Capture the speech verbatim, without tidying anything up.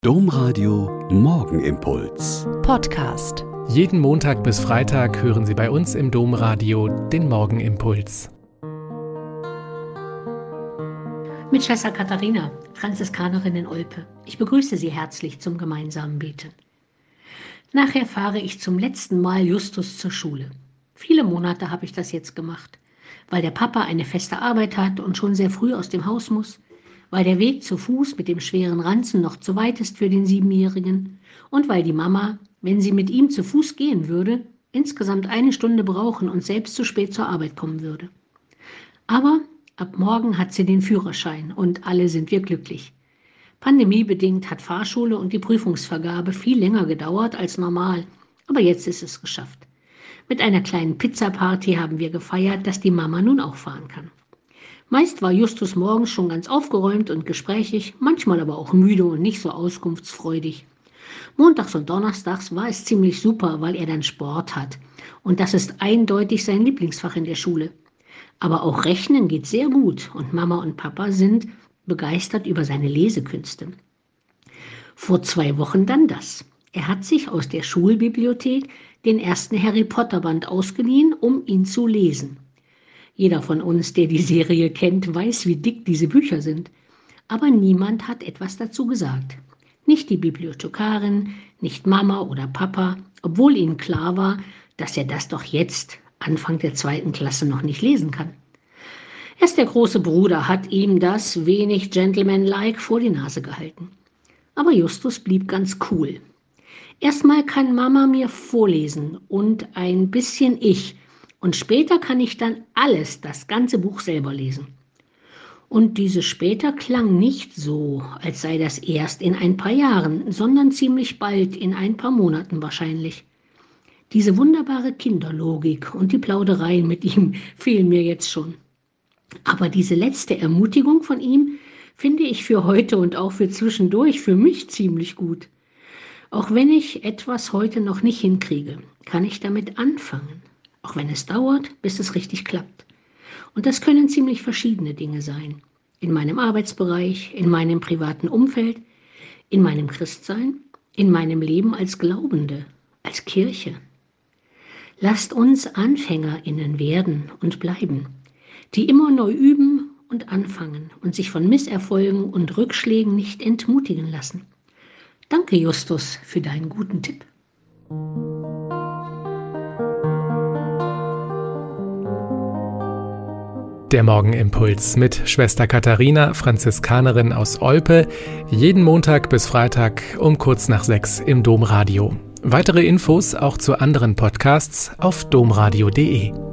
Domradio Morgenimpuls Podcast. Jeden Montag bis Freitag hören Sie bei uns im Domradio den Morgenimpuls. Mit Schwester Katharina, Franziskanerin in Olpe. Ich begrüße Sie herzlich zum gemeinsamen Beten. Nachher fahre ich zum letzten Mal Justus zur Schule. Viele Monate habe ich das jetzt gemacht, weil der Papa eine feste Arbeit hat und schon sehr früh aus dem Haus muss, weil der Weg zu Fuß mit dem schweren Ranzen noch zu weit ist für den Siebenjährigen und weil die Mama, wenn sie mit ihm zu Fuß gehen würde, insgesamt eine Stunde brauchen und selbst zu spät zur Arbeit kommen würde. Aber ab morgen hat sie den Führerschein und alle sind wir glücklich. Pandemiebedingt hat Fahrschule und die Prüfungsvergabe viel länger gedauert als normal, aber jetzt ist es geschafft. Mit einer kleinen Pizzaparty haben wir gefeiert, dass die Mama nun auch fahren kann. Meist war Justus morgens schon ganz aufgeräumt und gesprächig, manchmal aber auch müde und nicht so auskunftsfreudig. Montags und Donnerstags war es ziemlich super, weil er dann Sport hat. Und das ist eindeutig sein Lieblingsfach in der Schule. Aber auch Rechnen geht sehr gut und Mama und Papa sind begeistert über seine Lesekünste. Vor zwei Wochen dann das. Er hat sich aus der Schulbibliothek den ersten Harry Potter Band ausgeliehen, um ihn zu lesen. Jeder von uns, der die Serie kennt, weiß, wie dick diese Bücher sind. Aber niemand hat etwas dazu gesagt. Nicht die Bibliothekarin, nicht Mama oder Papa, obwohl ihnen klar war, dass er das doch jetzt, Anfang der zweiten Klasse, noch nicht lesen kann. Erst der große Bruder hat ihm das wenig gentlemanlike vor die Nase gehalten. Aber Justus blieb ganz cool. Erstmal kann Mama mir vorlesen und ein bisschen ich. Und später kann ich dann alles, das ganze Buch selber lesen. Und dieses später klang nicht so, als sei das erst in ein paar Jahren, sondern ziemlich bald, in ein paar Monaten wahrscheinlich. Diese wunderbare Kinderlogik und die Plaudereien mit ihm fehlen mir jetzt schon. Aber diese letzte Ermutigung von ihm finde ich für heute und auch für zwischendurch für mich ziemlich gut. Auch wenn ich etwas heute noch nicht hinkriege, kann ich damit anfangen. Auch wenn es dauert, bis es richtig klappt. Und das können ziemlich verschiedene Dinge sein. In meinem Arbeitsbereich, in meinem privaten Umfeld, in meinem Christsein, in meinem Leben als Glaubende, als Kirche. Lasst uns AnfängerInnen werden und bleiben, die immer neu üben und anfangen und sich von Misserfolgen und Rückschlägen nicht entmutigen lassen. Danke, Justus, für deinen guten Tipp. Der Morgenimpuls mit Schwester Katharina, Franziskanerin aus Olpe, jeden Montag bis Freitag um kurz nach sechs im Domradio. Weitere Infos auch zu anderen Podcasts auf domradio punkt de.